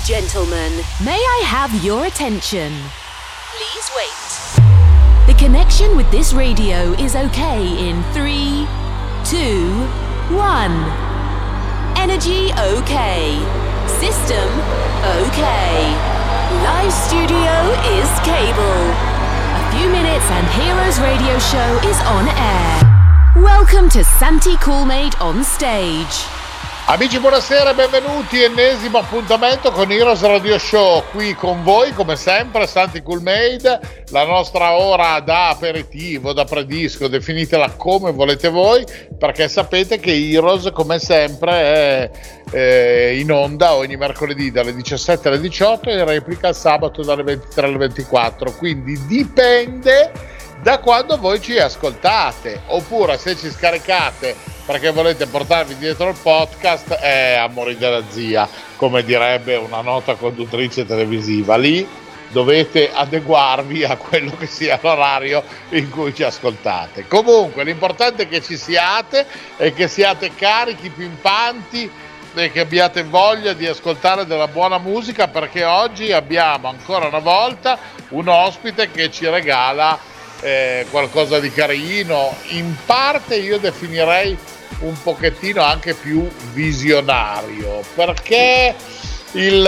Gentlemen, may I have your attention? Please wait. The connection with this radio is okay in 3, 2, 1. Energy okay. System okay. Live studio is cable. A few minutes and Heroes Radio Show is on air. Welcome to Santi Coolmade on stage. Amici, buonasera e benvenuti, ennesimo appuntamento con Heroes Radio Show, qui con voi come sempre Santi Coolmade, la nostra ora da aperitivo, da predisco, definitela come volete voi, perché sapete che Heroes come sempre è in onda ogni mercoledì dalle 17 alle 18 e replica il sabato dalle 23 alle 24, quindi dipende da quando voi ci ascoltate, oppure se ci scaricate perché volete portarvi dietro il podcast, amori della zia, come direbbe una nota conduttrice televisiva, lì dovete adeguarvi a quello che sia l'orario in cui ci ascoltate. Comunque l'importante è che ci siate e che siate carichi, pimpanti e che abbiate voglia di ascoltare della buona musica, perché oggi abbiamo ancora una volta un ospite che ci regala qualcosa di carino, in parte io definirei un pochettino anche più visionario, perché il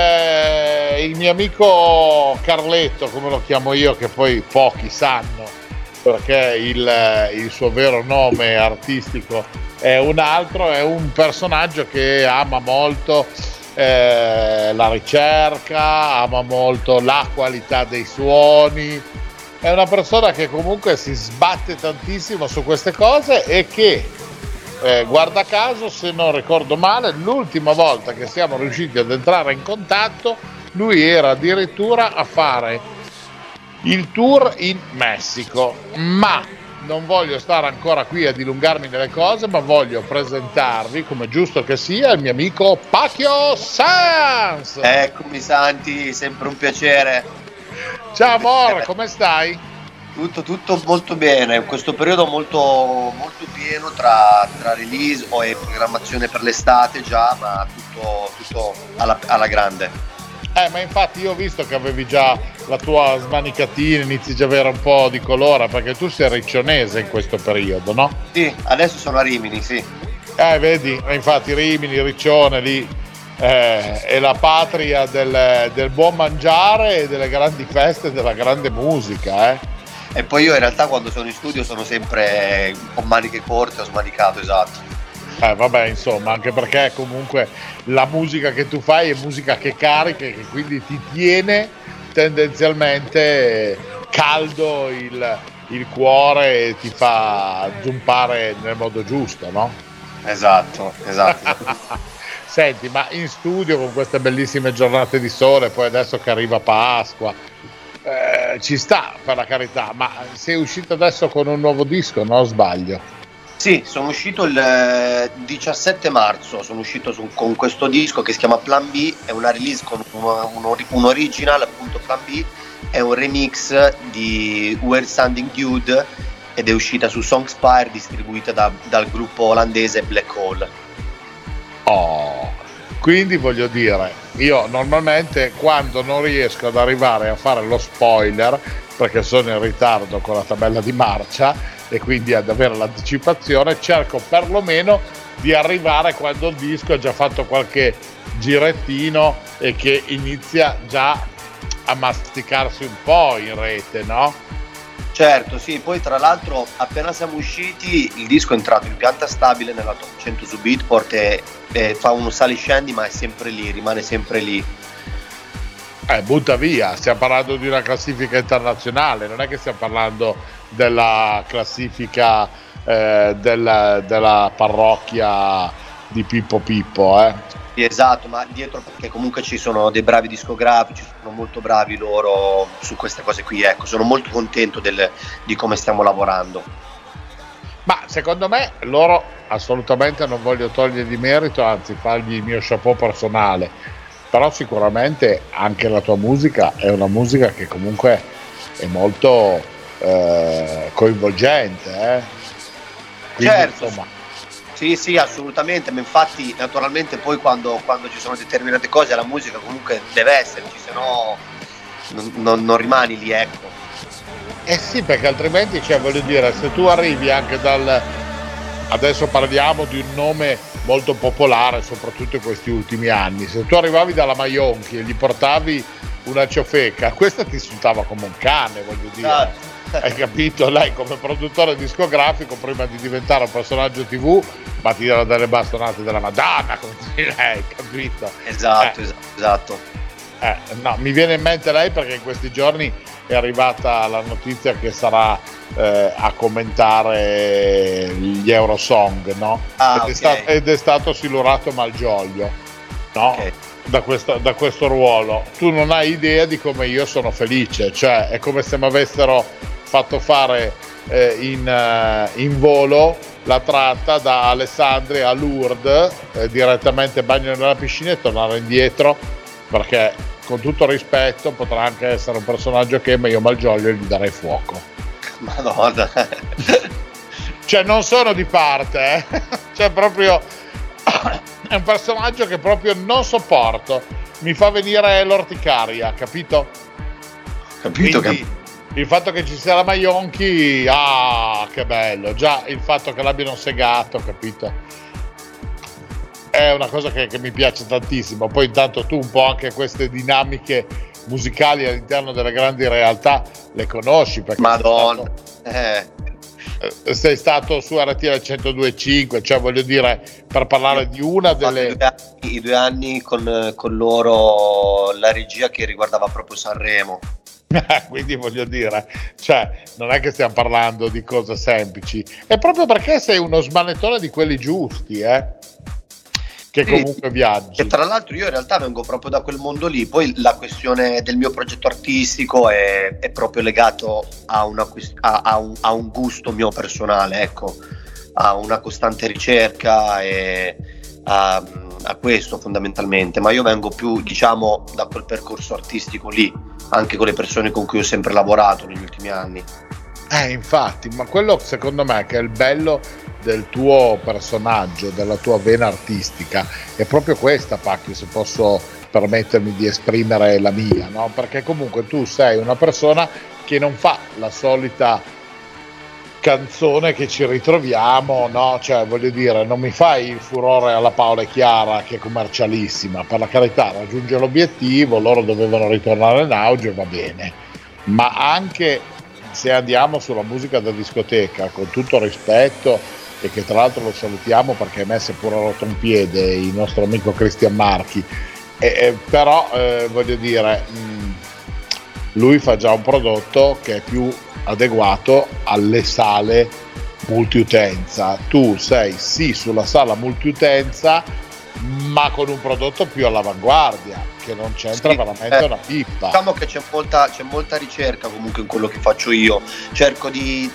mio amico Carletto, come lo chiamo io, che poi pochi sanno perché il suo vero nome artistico è un altro, è un personaggio che ama molto la ricerca, ama molto la qualità dei suoni. È una persona che comunque si sbatte tantissimo su queste cose e che, guarda caso, se non ricordo male, l'ultima volta che siamo riusciti ad entrare in contatto, lui era addirittura a fare il tour in Messico. Ma non voglio stare ancora qui a dilungarmi nelle cose, ma voglio presentarvi, come giusto che sia, il mio amico Pacchio Sans. Eccomi Santi, sempre un piacere. Ciao amore, come stai? Tutto molto bene, questo periodo molto pieno tra release e programmazione per l'estate già, ma tutto alla grande. Ma infatti io ho visto che avevi già la tua smanicatina, inizi già a avere un po' di colore, perché tu sei riccionese in questo periodo, no? Sì, adesso sono a Rimini, sì. Vedi, infatti Rimini, Riccione lì è la patria del buon mangiare e delle grandi feste, della grande musica, E poi io in realtà quando sono in studio sono sempre con maniche corte, ho smanicato, esatto. Vabbè, insomma, anche perché comunque la musica che tu fai è musica che carica e che quindi ti tiene tendenzialmente caldo il cuore e ti fa zumpare nel modo giusto, no? Esatto. Senti, ma in studio con queste bellissime giornate di sole, poi adesso che arriva Pasqua, ci sta, per la carità, ma sei uscito adesso con un nuovo disco, no? Sbaglio? Sì, sono uscito il 17 marzo, con questo disco che si chiama Plan B, è una release con un original, appunto Plan B, è un remix di We're Standing Dude ed è uscita su Songspire, distribuita dal gruppo olandese Black Hole. Quindi voglio dire, io normalmente quando non riesco ad arrivare a fare lo spoiler, perché sono in ritardo con la tabella di marcia e quindi ad avere l'anticipazione, cerco perlomeno di arrivare quando il disco ha già fatto qualche girettino e che inizia già a masticarsi un po' in rete, no? Certo, sì, poi tra l'altro appena siamo usciti il disco è entrato in pianta stabile nella top 100 su Beatport e fa uno sali-scendi, ma è sempre lì, rimane sempre lì. Butta via, stiamo parlando di una classifica internazionale, non è che stiamo parlando della classifica della parrocchia di Pippo Pippo, Sì, esatto, ma dietro, perché comunque ci sono dei bravi discografici, sono molto bravi loro su queste cose qui, ecco, sono molto contento di come stiamo lavorando. Ma secondo me loro assolutamente non voglio togliere di merito, anzi fargli il mio chapeau personale, però sicuramente anche la tua musica è una musica che comunque è molto coinvolgente, Quindi, certo, insomma, Sì, assolutamente, ma infatti naturalmente poi quando ci sono determinate cose la musica comunque deve esserci, se no non rimani lì, ecco. Eh sì, perché altrimenti, cioè, voglio dire, se tu arrivi anche adesso parliamo di un nome molto popolare, soprattutto in questi ultimi anni, se tu arrivavi dalla Maionchi e gli portavi una ciofeca, questa ti insultava come un cane, voglio dire. Hai capito? Lei come produttore discografico, prima di diventare un personaggio TV, ma ti dava delle bastonate della Madonna, come dice lei, capito? Esatto. No, mi viene in mente lei perché in questi giorni è arrivata la notizia che sarà a commentare gli Eurosong, no? Ed è stato silurato Malgioglio, no? Okay. Da questo ruolo. Tu non hai idea di come io sono felice, cioè è come se mi avessero fatto fare in volo la tratta da Alessandria a Lourdes, direttamente bagno nella piscina e tornare indietro, perché con tutto il rispetto potrà anche essere un personaggio ma io Malgioglio gli darei fuoco. Madonna. Cioè non sono di parte, cioè proprio è un personaggio che proprio non sopporto, mi fa venire l'orticaria, capito? Quindi, il fatto che ci sia la Maionchi, che bello, già il fatto che l'abbiano segato, capito? È una cosa che mi piace tantissimo. Poi intanto tu un po' anche queste dinamiche musicali all'interno delle grandi realtà le conosci, perché Madonna, sei stato su RTL 102.5, cioè voglio dire, per parlare di una delle... I 2 anni con loro la regia che riguardava proprio Sanremo. Quindi voglio dire, cioè non è che stiamo parlando di cose semplici, è proprio perché sei uno smanettone di quelli giusti, che comunque viaggi. E tra l'altro io in realtà vengo proprio da quel mondo lì, poi la questione del mio progetto artistico è proprio legato a un gusto mio personale, ecco, a una costante ricerca e a questo fondamentalmente, ma io vengo più, diciamo, da quel percorso artistico lì, anche con le persone con cui ho sempre lavorato negli ultimi anni. Infatti, ma quello secondo me che è il bello del tuo personaggio, della tua vena artistica, è proprio questa, Pacchio, se posso permettermi di esprimere la mia, no? Perché comunque tu sei una persona che non fa la solita canzone che ci ritroviamo, no? Cioè, voglio dire, non mi fai il furore alla Paola e Chiara che è commercialissima, per la carità, raggiunge l'obiettivo, loro dovevano ritornare in auge, va bene, ma anche se andiamo sulla musica da discoteca, con tutto rispetto, e che tra l'altro lo salutiamo perché a me si è pure rotto un piede il nostro amico Cristian Marchi, però voglio dire, lui fa già un prodotto che è più adeguato alle sale multiutenza. Tu sei sì sulla sala multiutenza, ma con un prodotto più all'avanguardia, che non c'entra veramente una pippa. Diciamo che c'è molta ricerca comunque in quello che faccio io, cerco di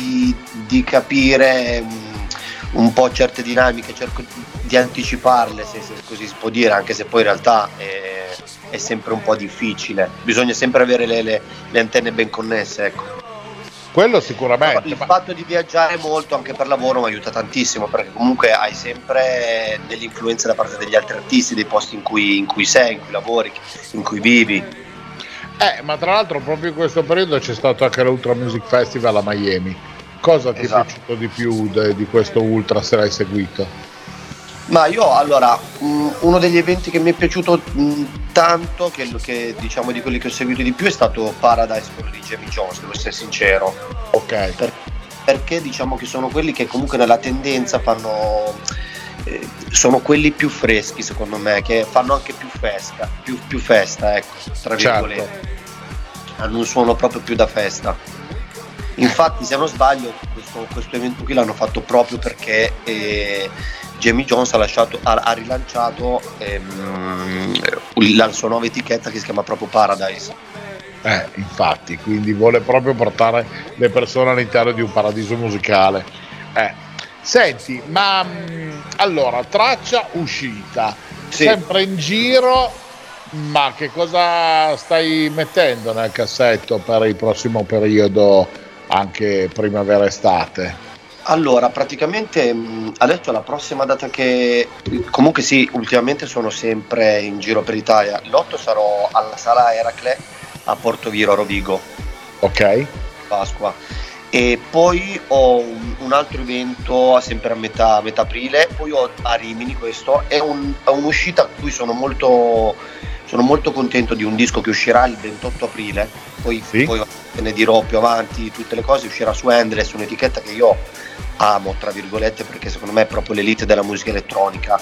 capire un po' certe dinamiche, cerco di anticiparle, se così si può dire, anche se poi in realtà è sempre un po' difficile, bisogna sempre avere le antenne ben connesse, ecco. Quello sicuramente. Il fatto di viaggiare molto anche per lavoro mi aiuta tantissimo, perché comunque hai sempre delle influenze da parte degli altri artisti, dei posti in cui sei, in cui lavori, in cui vivi. Ma tra l'altro proprio in questo periodo c'è stato anche l'Ultra Music Festival a Miami. Cosa ti è piaciuto di più di questo Ultra, se l'hai seguito? Ma io allora, uno degli eventi che mi è piaciuto tanto, che diciamo di quelli che ho seguito di più, è stato Paradise con di Jamie Jones, devo essere sincero. Ok. Perché diciamo che sono quelli che comunque nella tendenza fanno, sono quelli più freschi secondo me, che fanno anche più festa, ecco, tra virgolette. Certo. Hanno un suono proprio più da festa. Infatti, se non sbaglio, questo evento qui l'hanno fatto proprio perché Jamie Jones ha rilanciato la sua nuova etichetta che si chiama proprio Paradise. Infatti, quindi vuole proprio portare le persone all'interno di un paradiso musicale. Senti, ma allora, traccia uscita, sì. Sempre in giro, ma che cosa stai mettendo nel cassetto per il prossimo periodo, anche primavera-estate? Allora, praticamente adesso la prossima data che comunque sì, ultimamente sono sempre in giro per l'Italia. L'8 sarò alla Sala Eracle a Portoviro, a Rovigo. Ok. Pasqua. E poi ho un altro evento sempre a metà aprile, poi ho a Rimini, questo è un'uscita a cui sono molto contento, di un disco che uscirà il 28 aprile, poi te ne dirò più avanti tutte le cose. Uscirà su Endless, un'etichetta che io amo, tra virgolette, perché secondo me è proprio l'elite della musica elettronica,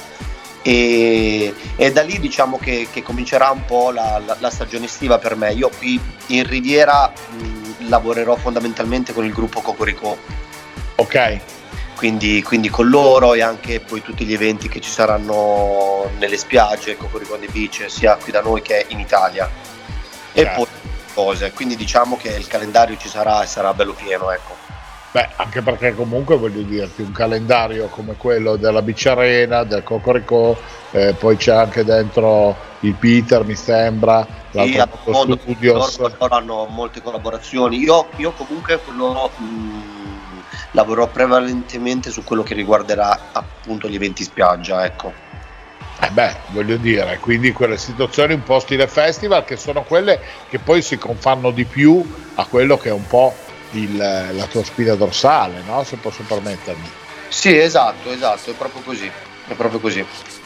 e da lì diciamo che comincerà un po' la stagione estiva per me. Io qui in Riviera lavorerò fondamentalmente con il gruppo Cocorico, ok, quindi con loro, e anche poi tutti gli eventi che ci saranno nelle spiagge, Cocorico on the Beach, sia qui da noi che in Italia, e poi cose, quindi diciamo che il calendario ci sarà e sarà bello pieno, ecco. Beh, anche perché comunque voglio dirti, un calendario come quello della Beach Arena, del Cocorico, poi c'è anche dentro il Peter, mi sembra, l'altro Studios. Loro hanno molte collaborazioni. Io comunque con loro lavorerò prevalentemente su quello che riguarderà appunto gli eventi spiaggia, ecco. Voglio dire, quindi quelle situazioni un po' stile festival, che sono quelle che poi si confanno di più a quello che è un po' la tua spina dorsale, no? Se posso permettermi. Sì, esatto, è proprio così.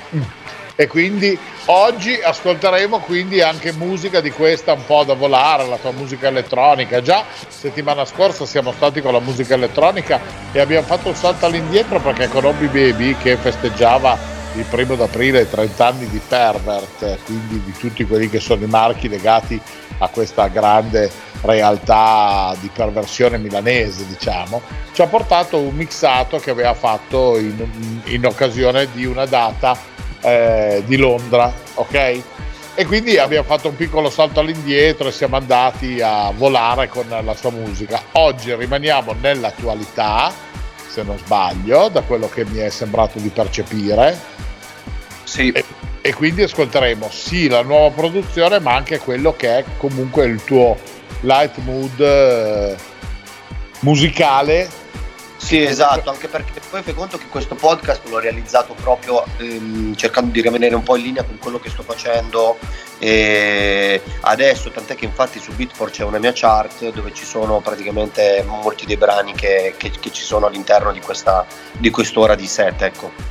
E quindi oggi ascolteremo quindi anche musica di questa un po' da volare, la tua musica elettronica. Già settimana scorsa siamo stati con la musica elettronica e abbiamo fatto un salto all'indietro, perché con Hobby Baby, che festeggiava il 1° d'aprile i 30 anni di Pervert, quindi di tutti quelli che sono i marchi legati a questa grande realtà di perversione milanese, diciamo, ci ha portato un mixato che aveva fatto in occasione di una data di Londra, ok? E quindi abbiamo fatto un piccolo salto all'indietro e siamo andati a volare con la sua musica. Oggi rimaniamo nell'attualità, se non sbaglio, da quello che mi è sembrato di percepire. Sì. E quindi ascolteremo sì la nuova produzione, ma anche quello che è comunque il tuo light mood musicale. Sì, esatto, anche perché poi fai conto che questo podcast l'ho realizzato proprio cercando di rimanere un po' in linea con quello che sto facendo adesso, tant'è che infatti su Beatport c'è una mia chart dove ci sono praticamente molti dei brani che ci sono all'interno di quest'ora di set, ecco.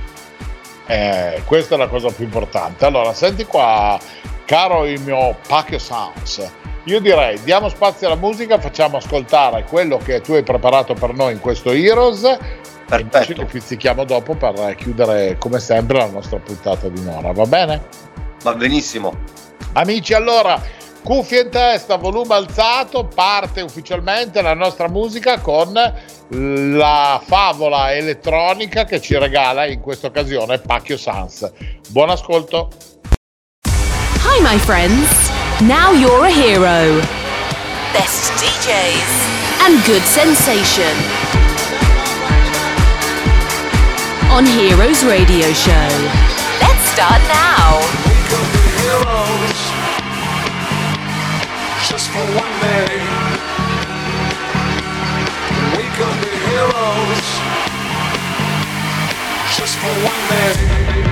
Questa è la cosa più importante. Allora, senti qua, caro il mio Pacchio Sounds, io direi diamo spazio alla musica, facciamo ascoltare quello che tu hai preparato per noi in questo Heroes. Perfetto. E ci pizzichiamo dopo per chiudere come sempre la nostra puntata di un'ora, va bene? Va benissimo. Amici, allora, cuffie in testa, volume alzato, parte ufficialmente la nostra musica con la favola elettronica che ci regala in questa occasione Pacchio Sans. Buon ascolto. Hi my friends, now you're a hero. Best DJs and good sensation on Heroes Radio Show. Let's start now. We could be heroes just for one day. We could be heroes just for one day.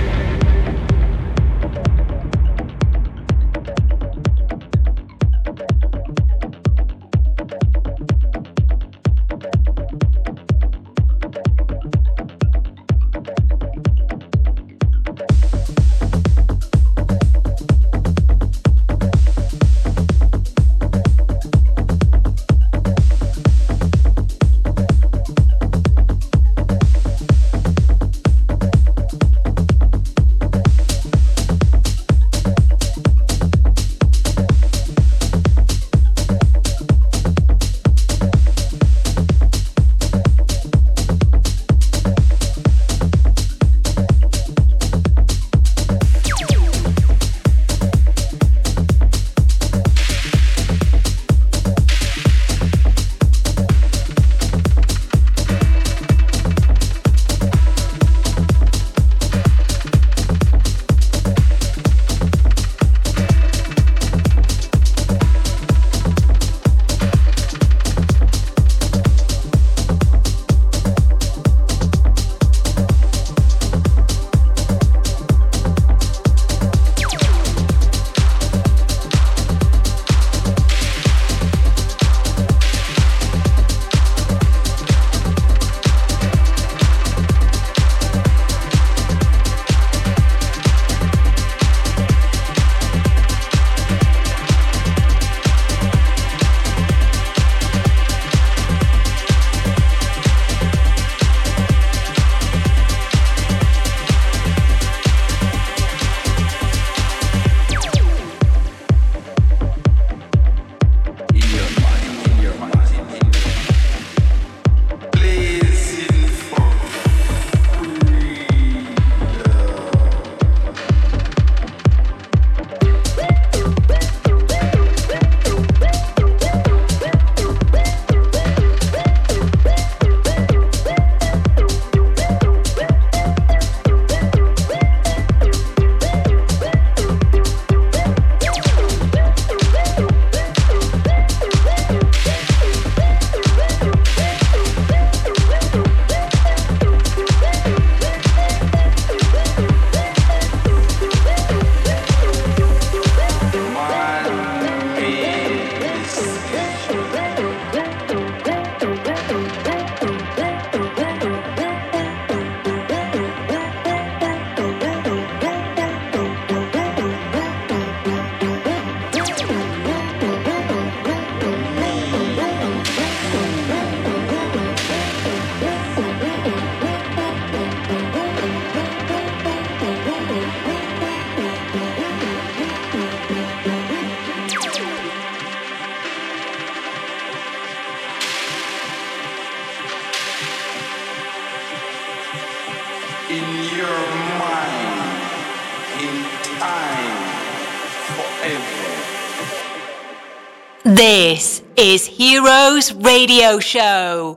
time forever. This is Heroes Radio Show.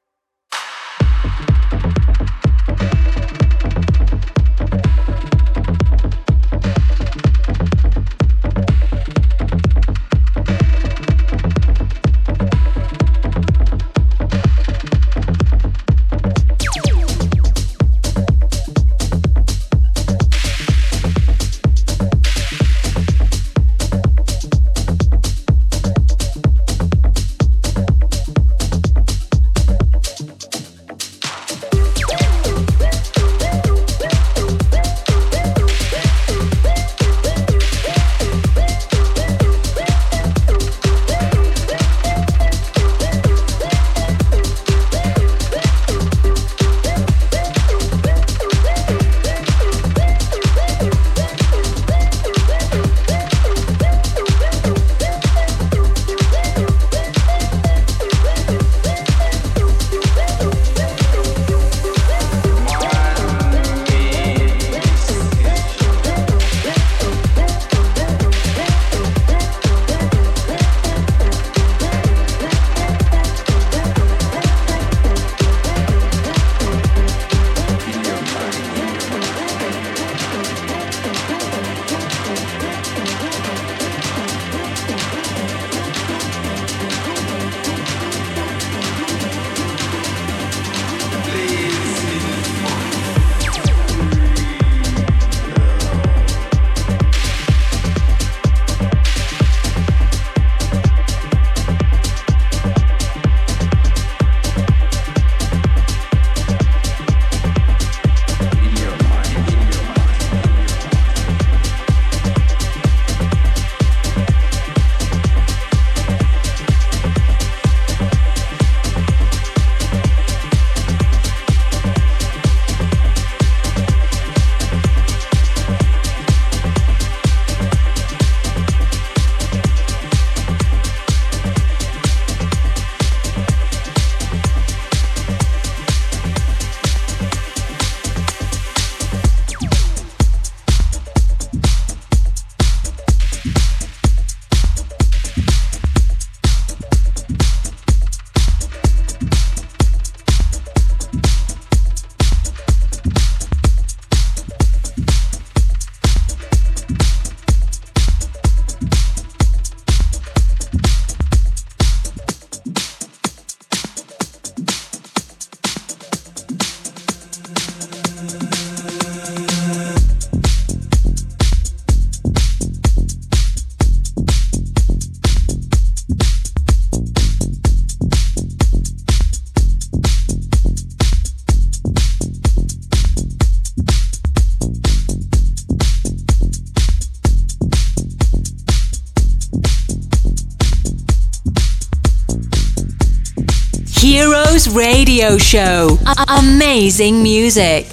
Heroes Radio Show. Amazing music.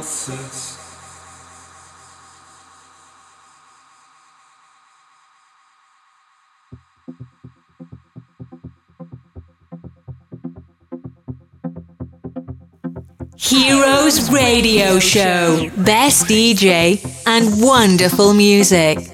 process. Heroes Radio Show. Best DJ and wonderful music.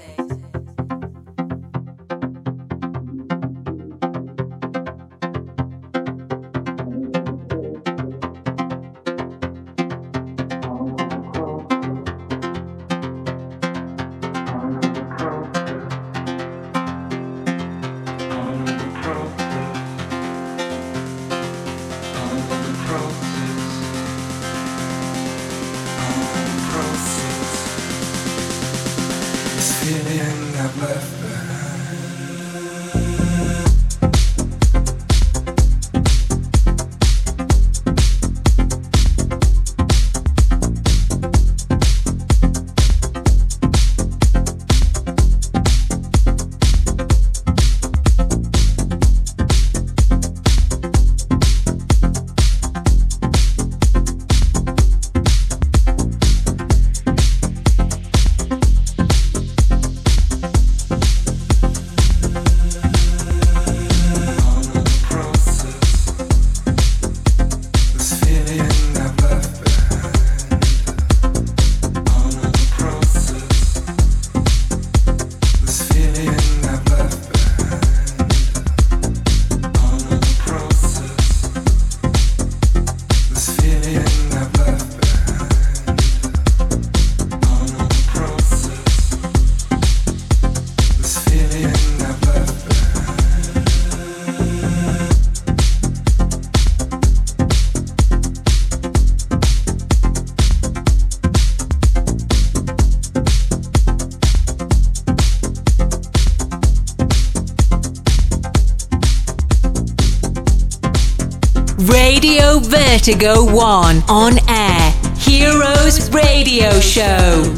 Radio Vertigo 1 on air. Heroes Radio Show.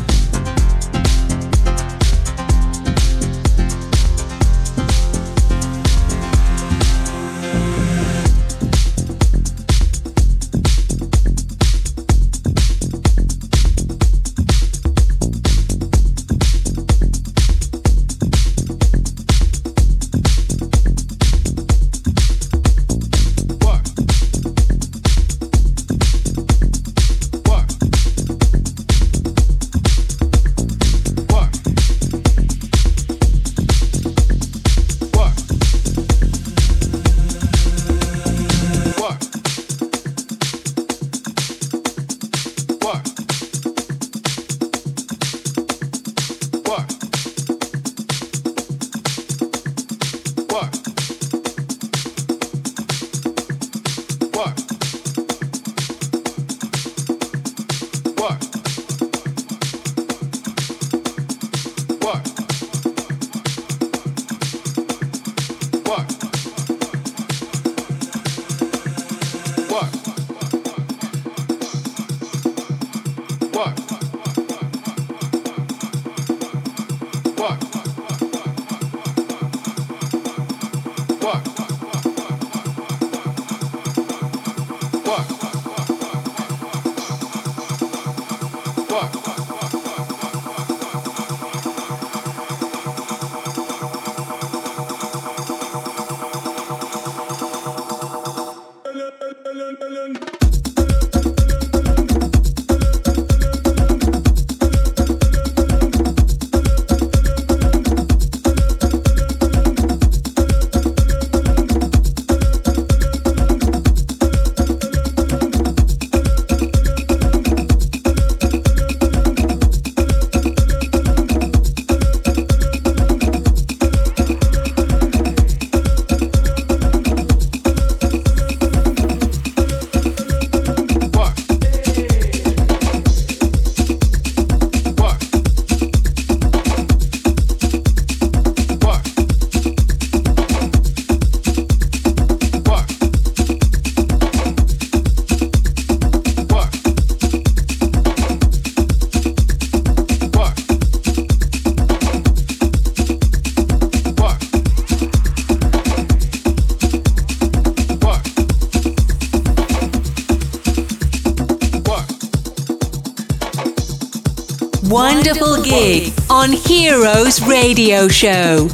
Wonderful gig on Heroes Radio Show.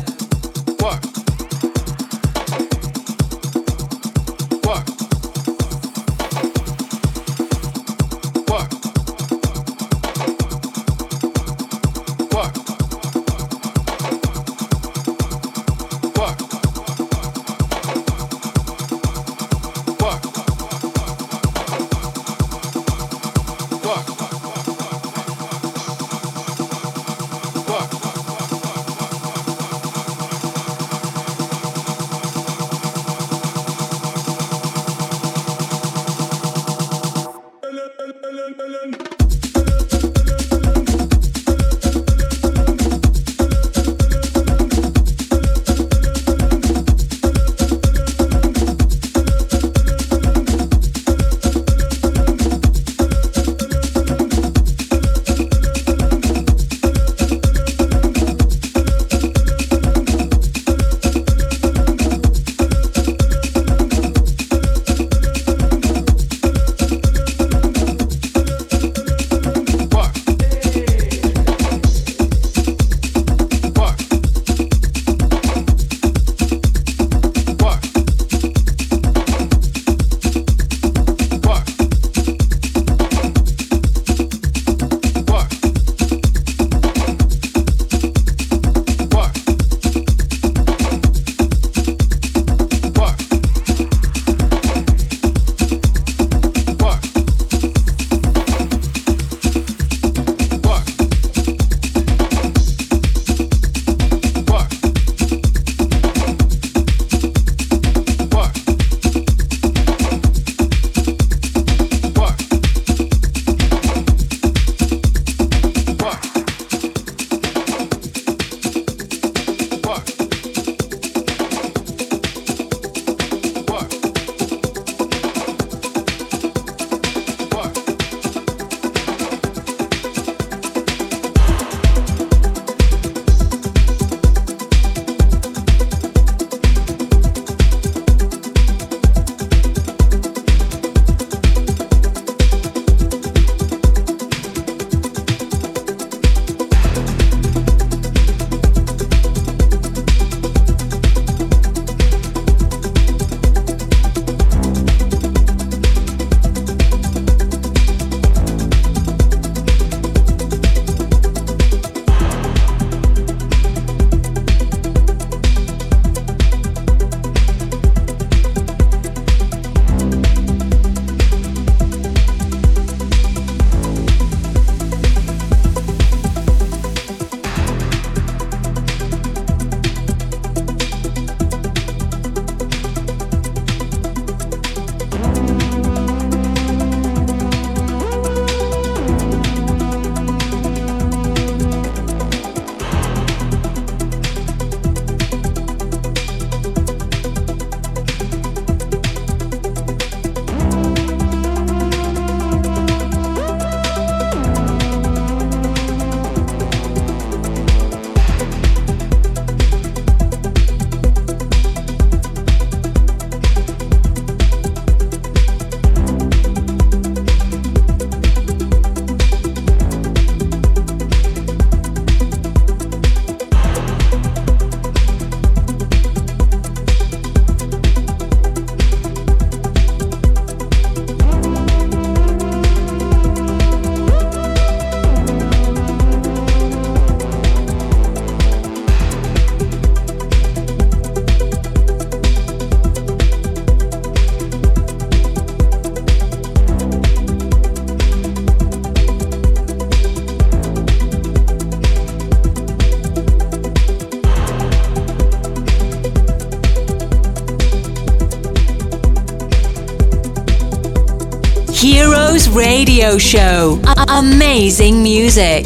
Heroes Radio Show. Amazing music.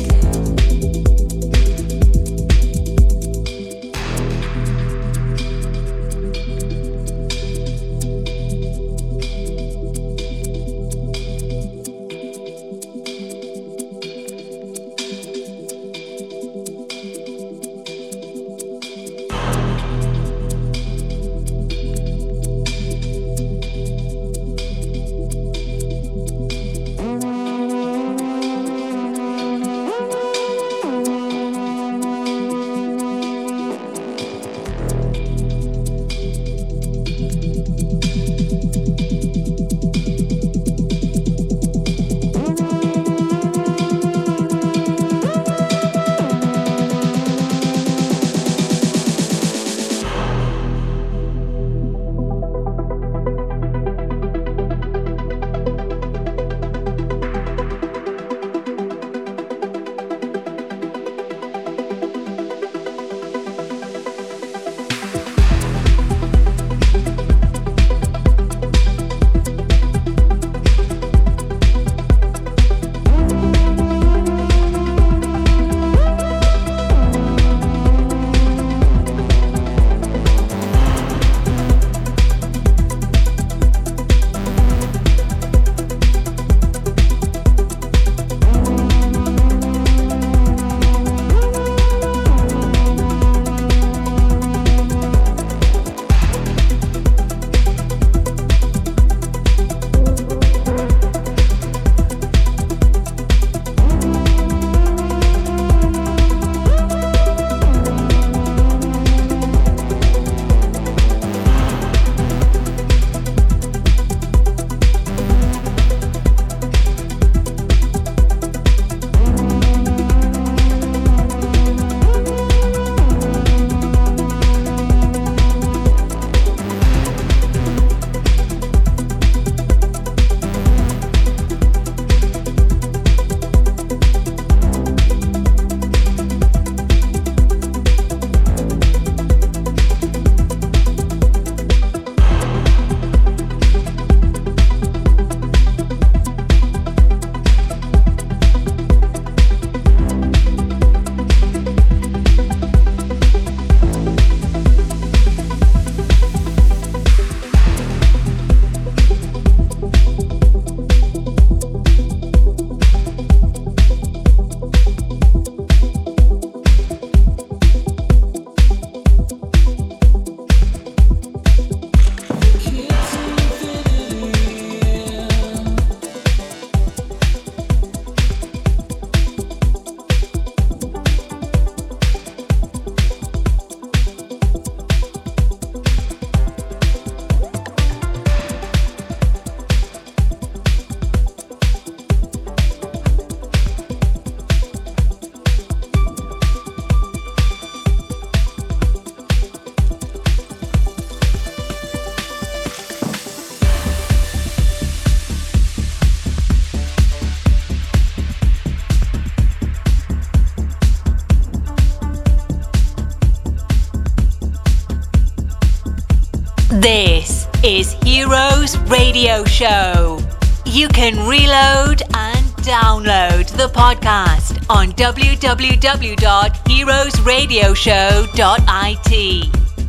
This is Heroes Radio Show. You can reload and download the podcast on www.heroesradioshow.it.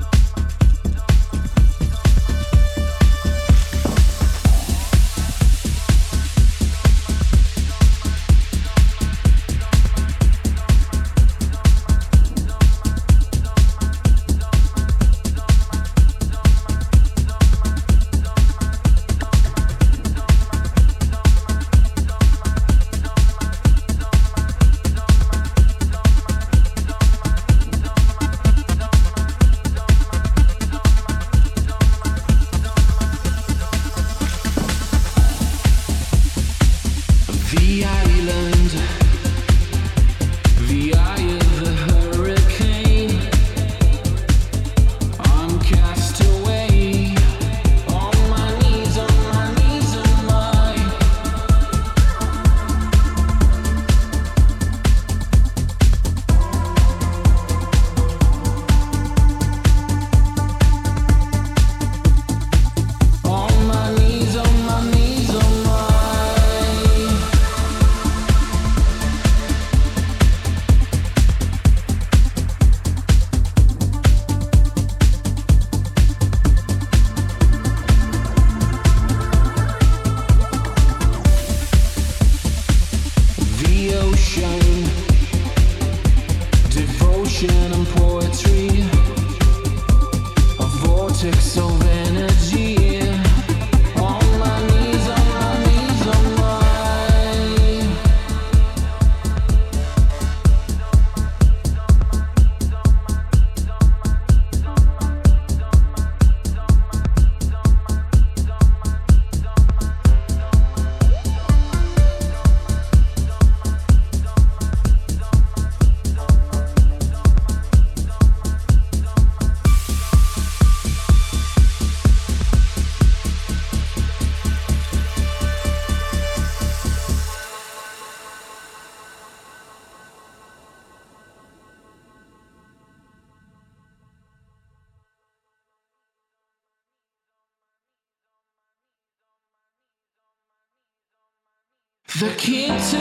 The key to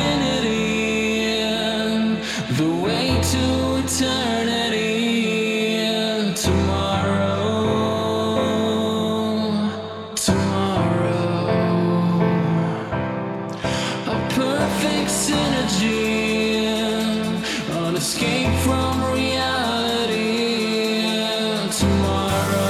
infinity, the way to eternity. Tomorrow, a perfect synergy, an escape from reality. Tomorrow.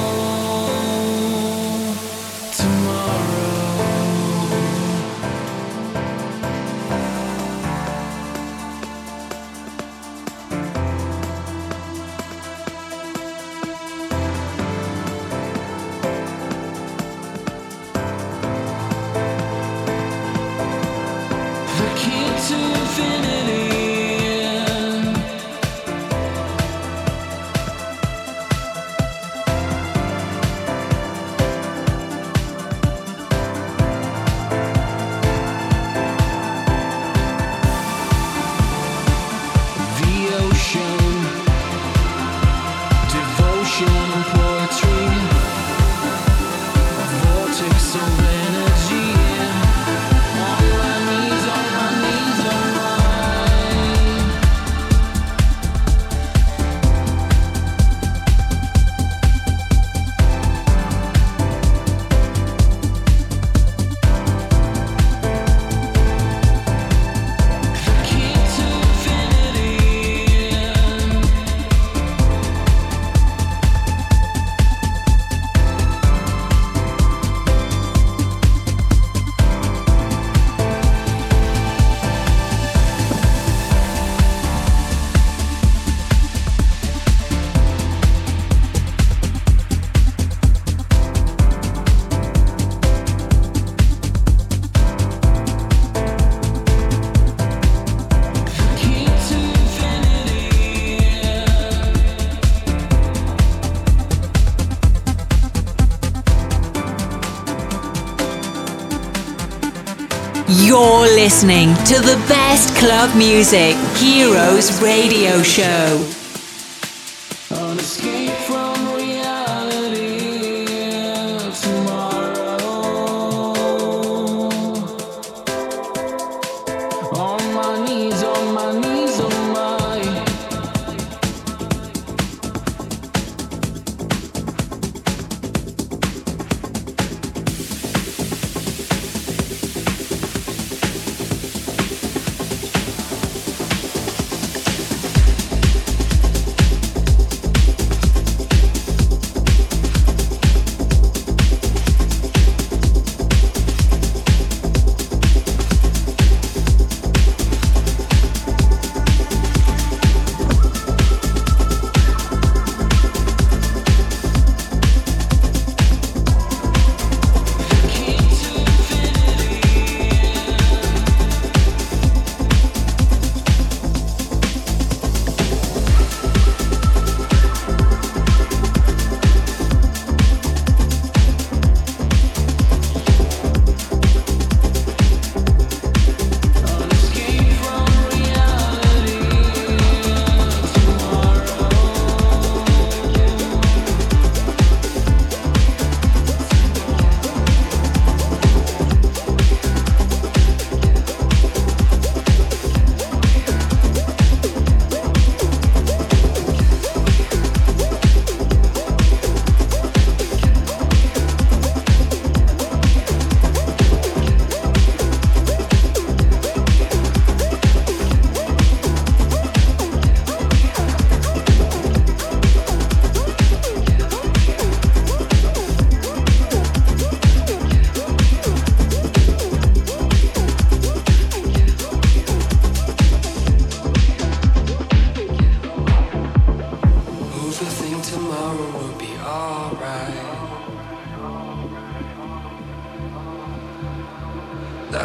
You're listening to the best club music, Heroes Radio Show. An escape from reality.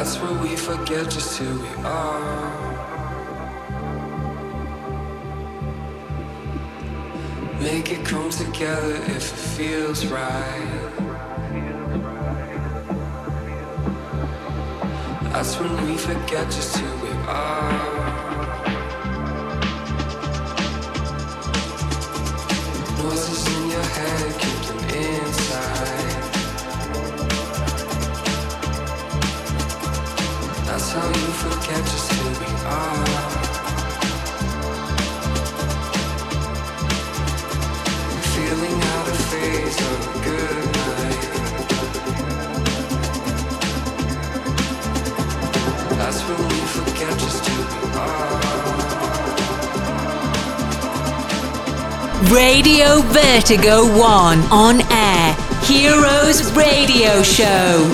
That's where we forget just who we are. Make it come together if it feels right. That's when we forget just who we are. Voices in your head, keep them inside. That's how you forget just who we are. Feeling out of phase of a good night. That's when we forget just who we are. Radio Vertigo 1 on air. Heroes Radio Show.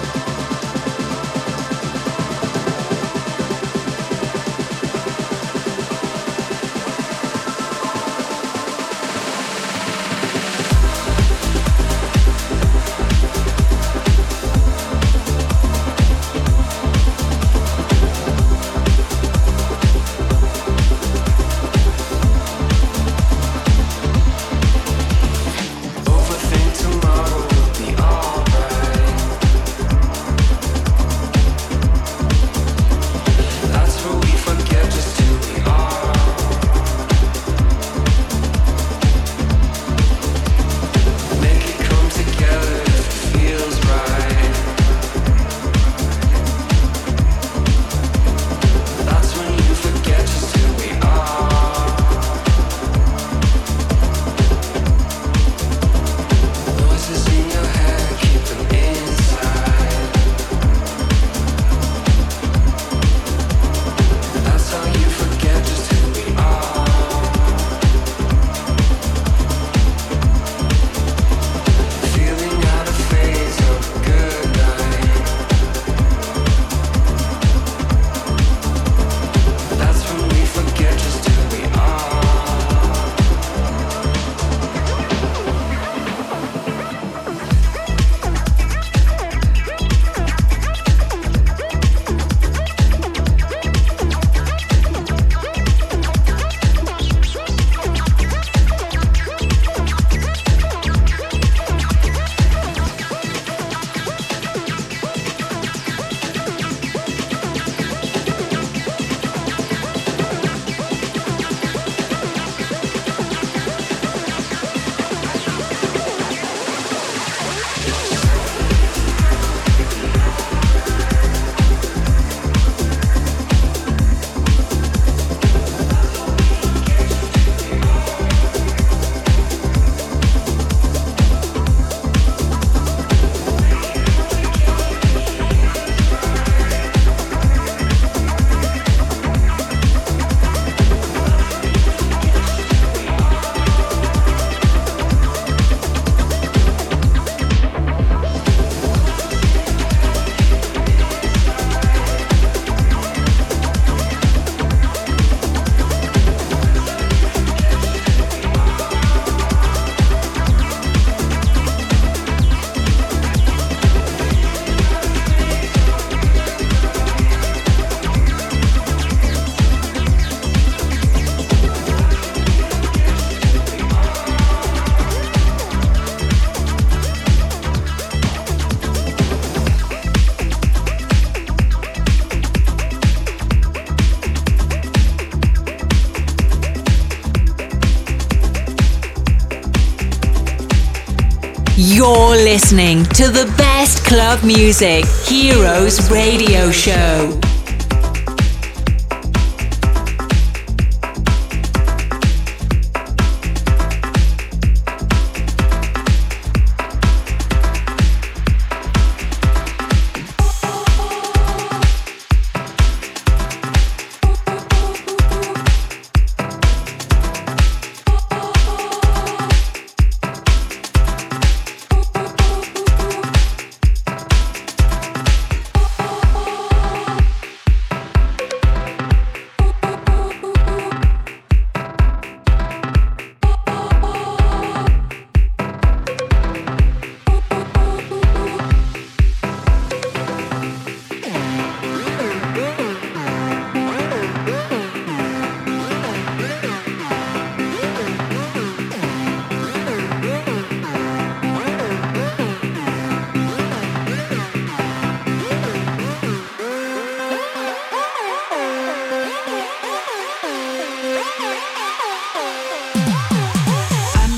You're listening to the best club music, Heroes Radio Show.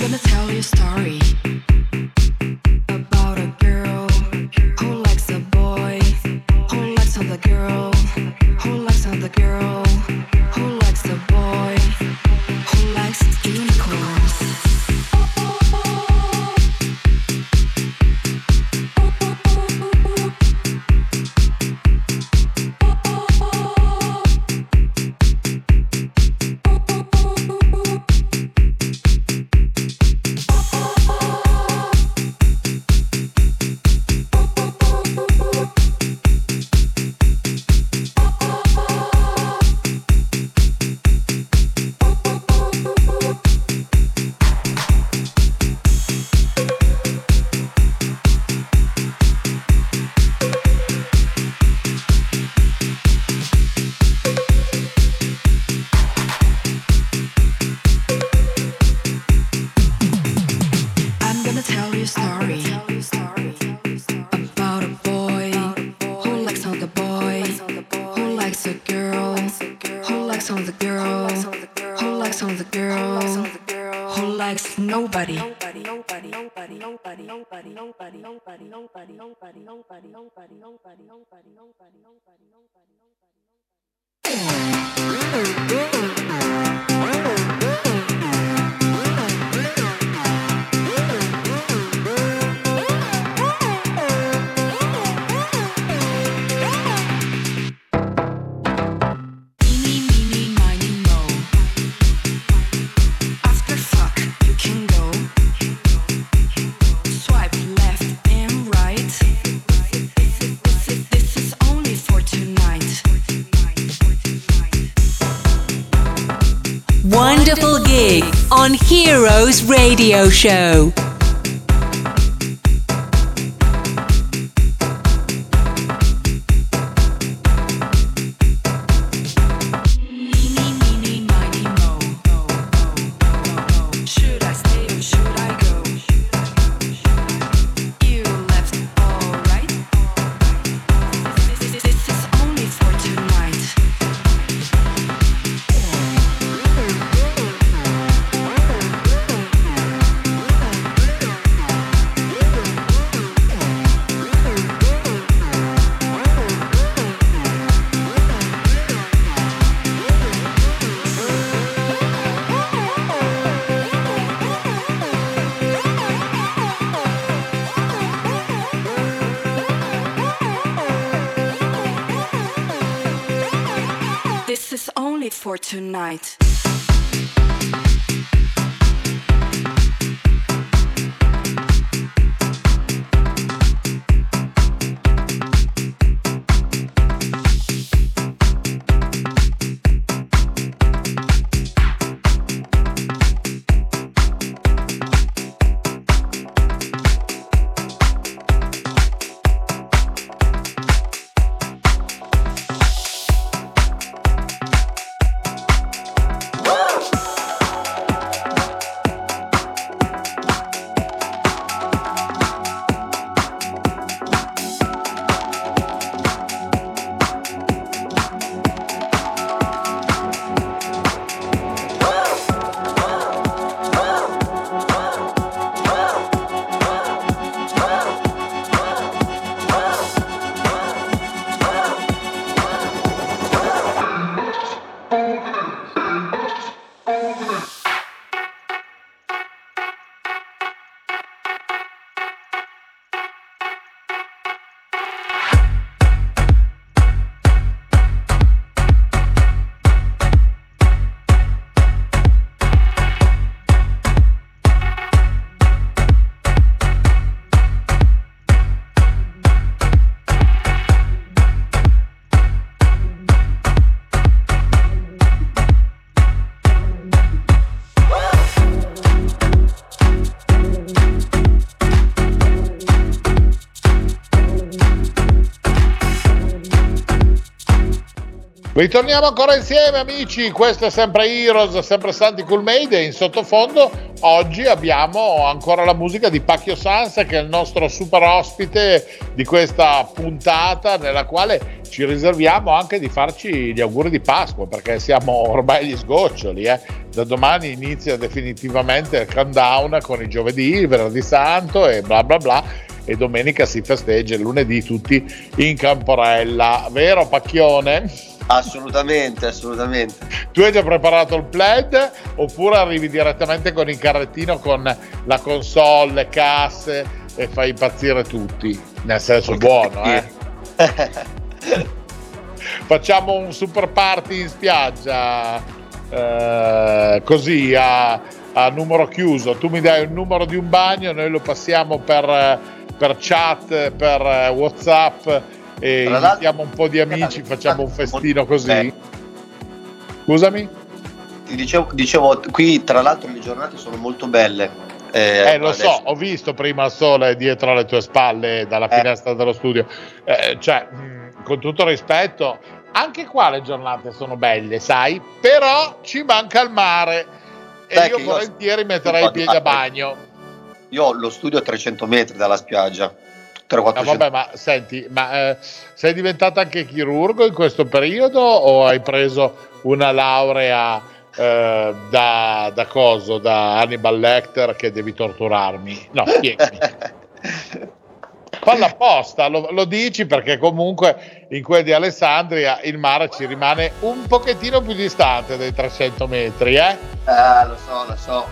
gonna tell you a story about a girl who likes a boy, who likes another girl, who likes another girl, who likes a boy, who likes unicorns. Wonderful gig on Heroes Radio Show. For tonight. Ritorniamo ancora insieme amici, questo è sempre Heroes, sempre Santi Cool Made, e in sottofondo oggi abbiamo ancora la musica di Pacchio Sanz, che è il nostro super ospite di questa puntata, nella quale ci riserviamo anche di farci gli auguri di Pasqua, perché siamo ormai agli sgoccioli. Da domani inizia definitivamente il countdown con i giovedì, il venerdì santo e bla bla bla, e domenica si festeggia, il lunedì tutti in Camporella, vero Pacchione? Assolutamente. Tu hai già preparato il plaid oppure arrivi direttamente con il carrettino con la console, le casse e fai impazzire tutti? Nel senso buono, Facciamo un super party in spiaggia, così a numero chiuso. Tu mi dai il numero di un bagno, noi lo passiamo per chat, per WhatsApp, e invitiamo un po' di amici, facciamo un festino così. Scusami? Ti dicevo, qui tra l'altro le giornate sono molto belle. Lo so, ho visto prima il sole dietro alle tue spalle dalla finestra dello studio. Con tutto rispetto, anche qua le giornate sono belle, sai, però ci manca il mare e io volentieri metterei i piedi a bagno. Io ho lo studio a 300 metri dalla spiaggia. Vabbè, ma senti, sei diventato anche chirurgo in questo periodo o hai preso una laurea da Hannibal Lecter che devi torturarmi? No, spiegami. Falla apposta, lo dici perché comunque in quel di Alessandria il mare ci rimane un pochettino più distante dai 300 metri, Lo so.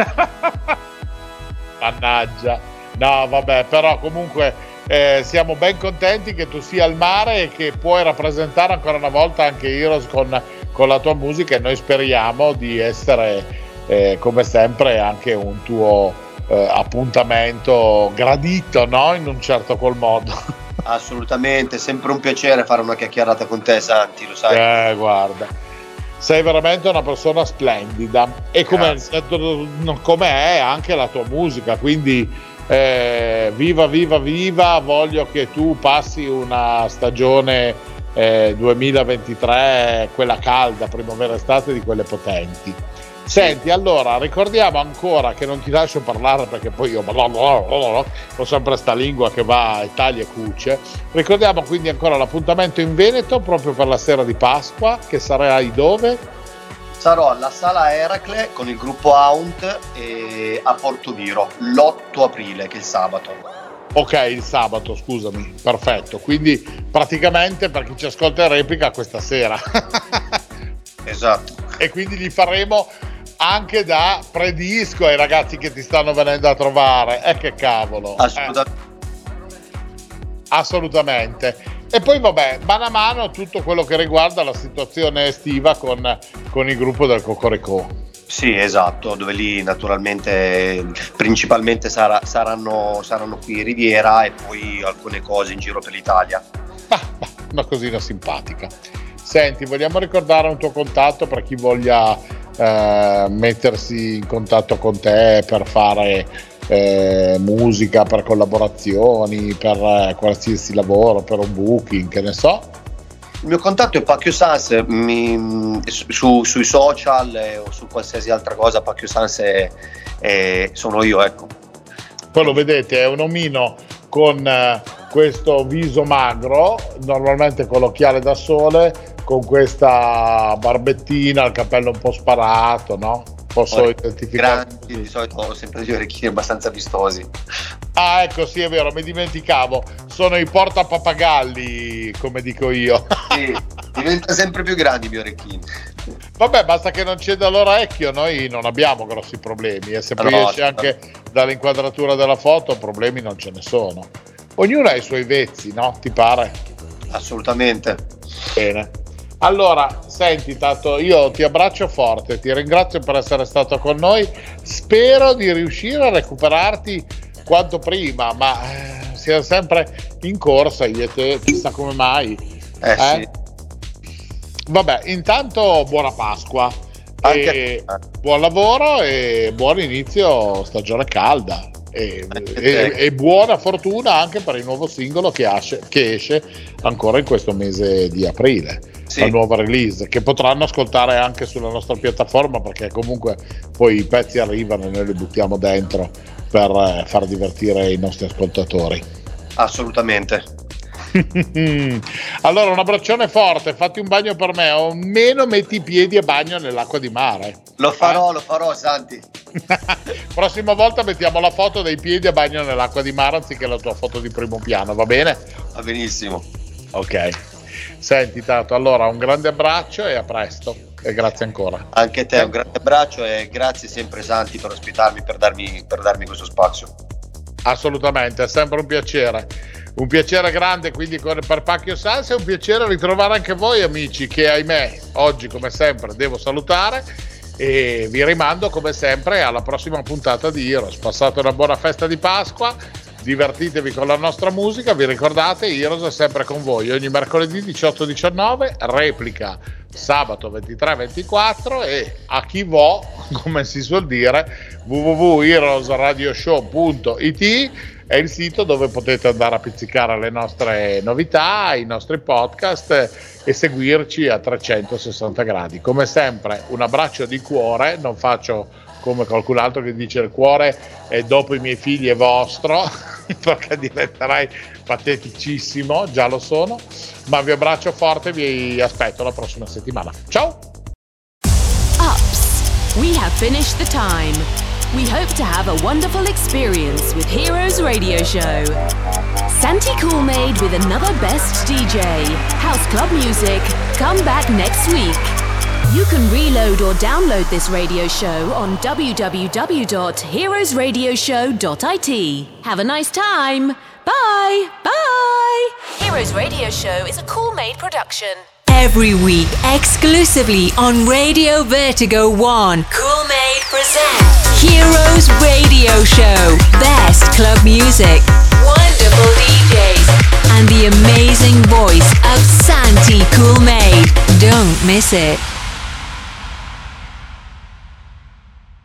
Mannaggia. No, vabbè, però comunque siamo ben contenti che tu sia al mare e che puoi rappresentare ancora una volta anche Heroes con la tua musica, e noi speriamo di essere come sempre anche un tuo appuntamento gradito, no? In un certo qual modo. Assolutamente, sempre un piacere fare una chiacchierata con te, Santi, lo sai. Guarda, sei veramente una persona splendida e come è anche la tua musica, quindi viva, voglio che tu passi una stagione 2023, quella calda, primavera-estate, di quelle potenti. Senti, allora ricordiamo ancora, che non ti lascio parlare perché poi io ho sempre sta lingua che va e taglia e cuce. Ricordiamo quindi ancora l'appuntamento in Veneto proprio per la sera di Pasqua, che sarai dove? Sarò alla Sala Eracle con il gruppo Aunt a Portoviro l'8 aprile, che è il sabato. Ok, il sabato, scusami, perfetto. Quindi praticamente per chi ci ascolta in replica questa sera. Esatto. E quindi li faremo anche da predisco ai ragazzi che ti stanno venendo a trovare. Che cavolo. Assolutamente. E poi vabbè, mano a mano tutto quello che riguarda la situazione estiva con il gruppo del Cocorico. Sì, esatto, dove lì naturalmente principalmente saranno qui in Riviera e poi alcune cose in giro per l'Italia. Una cosina simpatica. Senti, vogliamo ricordare un tuo contatto per chi voglia mettersi in contatto con te per fare musica, per collaborazioni, per qualsiasi lavoro, per un booking, che ne so? Il mio contatto è Pacchio Sans, sui social o su qualsiasi altra cosa. Pacchio Sans sono io, ecco. Poi lo vedete, è un omino con questo viso magro, normalmente con l'occhiale da sole, con questa barbettina, il capello un po' sparato, no? Posso identificare? Grandi, di solito ho sempre gli orecchini abbastanza vistosi. Ecco, sì, è vero, mi dimenticavo, sono i portapapagalli, come dico io. Sì, diventa sempre più grandi i miei orecchini. Vabbè, basta che non ceda l'orecchio, noi non abbiamo grossi problemi, e se poi esce anche dall'inquadratura della foto, problemi non ce ne sono. Ognuno ha i suoi vezzi, no? Ti pare? Assolutamente. Bene. Allora, senti, Tato, io ti abbraccio forte, ti ringrazio per essere stato con noi, spero di riuscire a recuperarti quanto prima, ma siamo sempre in corsa io e te, chissà come mai. Sì. Vabbè, intanto buona Pasqua, e buon lavoro e buon inizio stagione calda. E buona fortuna anche per il nuovo singolo che esce ancora in questo mese di aprile, sì. La nuova release che potranno ascoltare anche sulla nostra piattaforma, perché comunque poi i pezzi arrivano e noi li buttiamo dentro per far divertire i nostri ascoltatori. Assolutamente. Allora, un abbraccione forte, fatti un bagno per me, o meno metti i piedi a bagno nell'acqua di mare. Lo farò, Santi. Prossima volta mettiamo la foto dei piedi a bagno nell'acqua di mare anziché la tua foto di primo piano, va bene? Va benissimo. Ok. Senti Tato, allora un grande abbraccio e a presto e grazie ancora. Anche te un grande abbraccio e grazie sempre Santi per ospitarmi, per darmi questo spazio. Assolutamente, è sempre un piacere grande, quindi per Pacchio Salsa è un piacere ritrovare anche voi amici che ahimè oggi come sempre devo salutare e vi rimando come sempre alla prossima puntata di Heroes. Passate una buona festa di Pasqua, divertitevi con la nostra musica, vi ricordate Heroes è sempre con voi ogni mercoledì 18-19, replica sabato 23-24 e a chi vo, come si suol dire, www.heroesradioshow.it è il sito dove potete andare a pizzicare le nostre novità, i nostri podcast e seguirci a 360 gradi. Come sempre un abbraccio di cuore, non faccio come qualcun altro che dice il cuore è dopo i miei figli è vostro, perché diventerai pateticissimo, già lo sono, ma vi abbraccio forte e vi aspetto la prossima settimana. Ciao! Ups, we have finished the time. We hope to have a wonderful experience with Heroes Radio Show. Santi Coolmade with another best DJ. House club music. Come back next week. You can reload or download this radio show on www.heroesradioshow.it. Have a nice time. Bye. Bye. Heroes Radio Show is a Coolmade production. Every week, exclusively on Radio Vertigo 1, Coolmade presents Heroes Radio Show. Best club music, wonderful DJs, and the amazing voice of Santi Coolmade. Don't miss it.